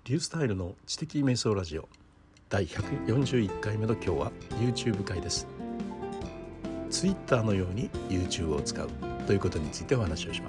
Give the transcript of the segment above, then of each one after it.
リュースタイルの知的瞑想ラジオ第141回目の今日は YouTube 会です。 Twitter のように YouTube を使うということについてお話をします。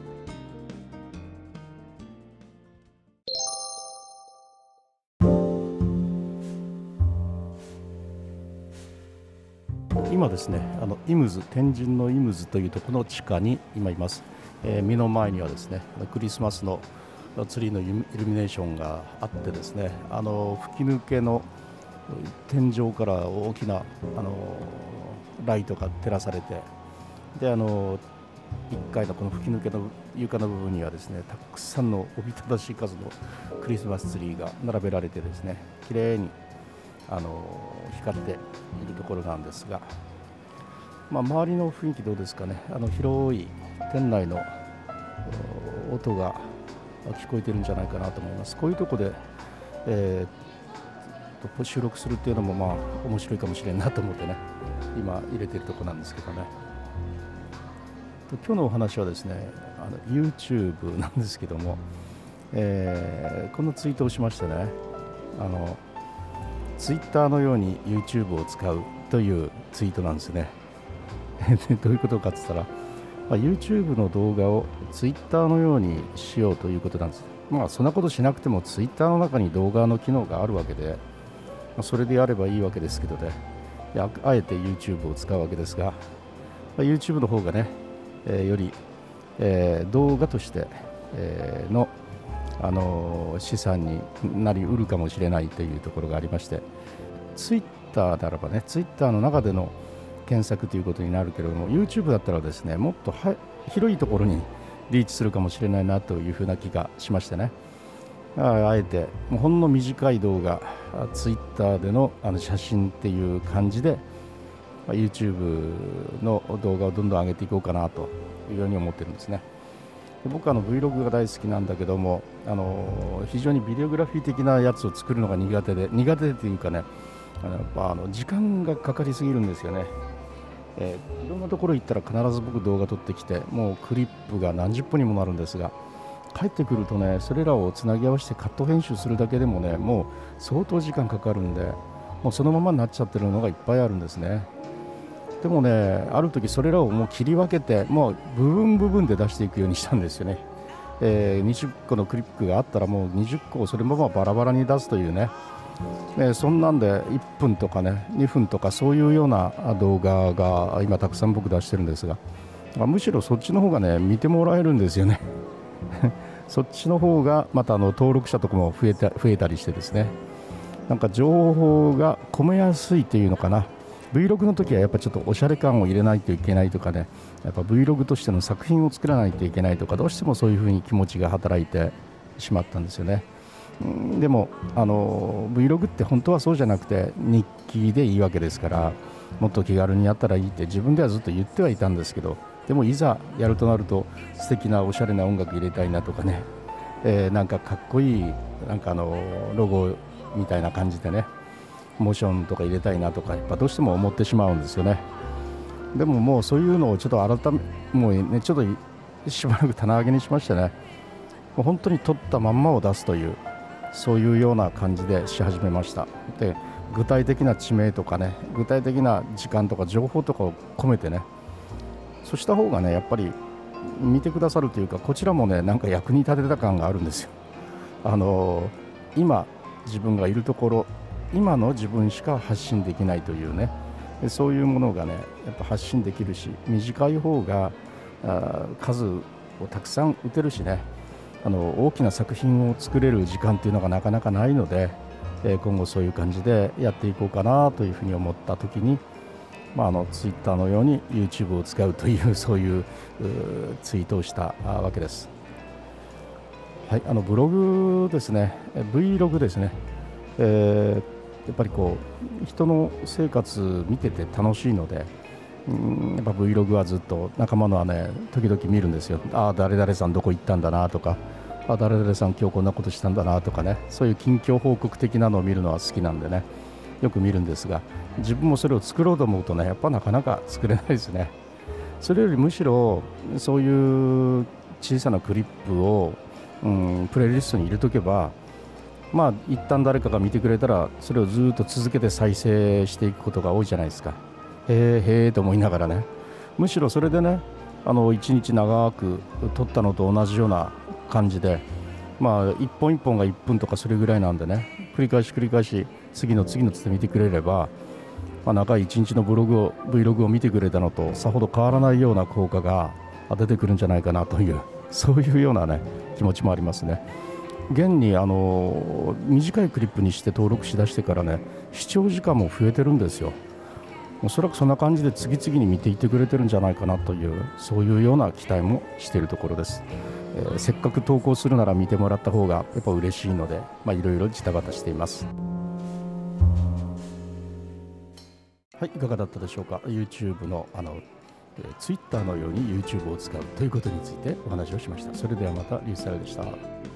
今ですね、イムズ、天神のイムズというところの地下に今います。目の前にはですね、クリスマスのツリーのイルミネーションがあってですね、吹き抜けの天井から大きなライトが照らされて、で1階のこの吹き抜けの床の部分にはですね、たくさんのおびただしい数のクリスマスツリーが並べられてですね、綺麗に光っているところなんですが、周りの雰囲気どうですかね。広い店内の音が聞こえてるんじゃないかなと思います。こういうところで、収録するっていうのも面白いかもしれんなと思ってね、今入れてるところなんですけどね。今日のお話はですね、YouTube なんですけども、このツイートをしましてね、Twitter のように YouTube を使うというツイートなんですね。どういうことかって言ったら、YouTube の動画を Twitter のようにしようということなんです。そんなことしなくても Twitter の中に動画の機能があるわけで、それでやればいいわけですけどね、あえて YouTube を使うわけですが、YouTube の方がね、より、動画として、の資産になりうるかもしれないというところがありまして、ツイッターならばね、ツイッターの中での検索ということになるけれども、 YouTube だったらですね、もっと広いところにリーチするかもしれないなというふうな気がしましてね、あえてもうほんの短い動画、ツイッターでの写真っていう感じで、YouTube の動画をどんどん上げていこうかなというように思ってるんですね。僕はVlog が大好きなんだけども、非常にビデオグラフィー的なやつを作るのが苦手でというかね、時間がかかりすぎるんですよね。いろんなところ行ったら必ず僕動画撮ってきて、もうクリップが何十分にもなるんですが、帰ってくるとね、それらをつなぎ合わせてカット編集するだけでもね、もう相当時間かかるんで、もうそのままになっちゃってるのがいっぱいあるんですね。でもね、ある時それらをもう切り分けて、もう部分で出していくようにしたんですよね。20個のクリップがあったらもう20個をそれままバラバラに出すというね、そんなんで1分とかね2分とかそういうような動画が今たくさん僕出してるんですが、むしろそっちの方がね見てもらえるんですよね。そっちの方がまた登録者とかも増えたりしてですね、なんか情報が込めやすいというのかな。 Vlog の時はやっぱちょっとおしゃれ感を入れないといけないとかね、やっぱ Vlog としての作品を作らないといけないとか、どうしてもそういうふうに気持ちが働いてしまったんですよね。でもVlog って本当はそうじゃなくて日記でいいわけですから、もっと気軽にやったらいいって自分ではずっと言ってはいたんですけど、でもいざやるとなると素敵なおしゃれな音楽入れたいなとかね、なんかかっこいいなんかロゴみたいな感じでね、モーションとか入れたいなとかやっぱどうしても思ってしまうんですよね。でももうそういうのをちょっともうね、ちょっとしばらく棚上げにしましてね、もう本当に撮ったまんまを出すという、そういうような感じでし始めました。で、具体的な地名とかね、具体的な時間とか情報とかを込めてね、そうした方がねやっぱり見てくださるというか、こちらもねなんか役に立てた感があるんですよ。今自分がいるところ、今の自分しか発信できないというね、そういうものがねやっぱ発信できるし、短い方が数をたくさん打てるしね、大きな作品を作れる時間っていうのがなかなかないので、今後そういう感じでやっていこうかなというふうに思った時に、ツイッターのように YouTube を使うというそういうツイートをしたわけです。はい、ブログですね、Vlog ですね、やっぱりこう人の生活見てて楽しいので、やっぱ Vlog はずっと仲間のはね時々見るんですよ。誰々さんどこ行ったんだなとか、誰々さん今日こんなことしたんだなとかね、そういう近況報告的なのを見るのは好きなんでね、よく見るんですが、自分もそれを作ろうと思うとね、やっぱなかなか作れないですね。それよりむしろそういう小さなクリップを、プレイリストに入れとけば、 まあ一旦誰かが見てくれたらそれをずっと続けて再生していくことが多いじゃないですか。へえへえと思いながらね、むしろそれでね、一日長く撮ったのと同じような感じで、まあ一本一本が1分とかそれぐらいなんでね、繰り返し繰り返し次の次のつって見てくれれば、まあ、長い一日のVlog を見てくれたのとさほど変わらないような効果が出てくるんじゃないかなという、そういうようなね気持ちもありますね。現に短いクリップにして登録しだしてからね、視聴時間も増えてるんですよ。おそらくそんな感じで次々に見ていってくれてるんじゃないかなという、そういうような期待もしているところです。せっかく投稿するなら見てもらった方がやっぱ嬉しいので、いろいろジタバタしています。はい、いかがだったでしょうか。 YouTube のTwitter のように YouTube を使うということについてお話をしました。それではまた、リュウサルでした。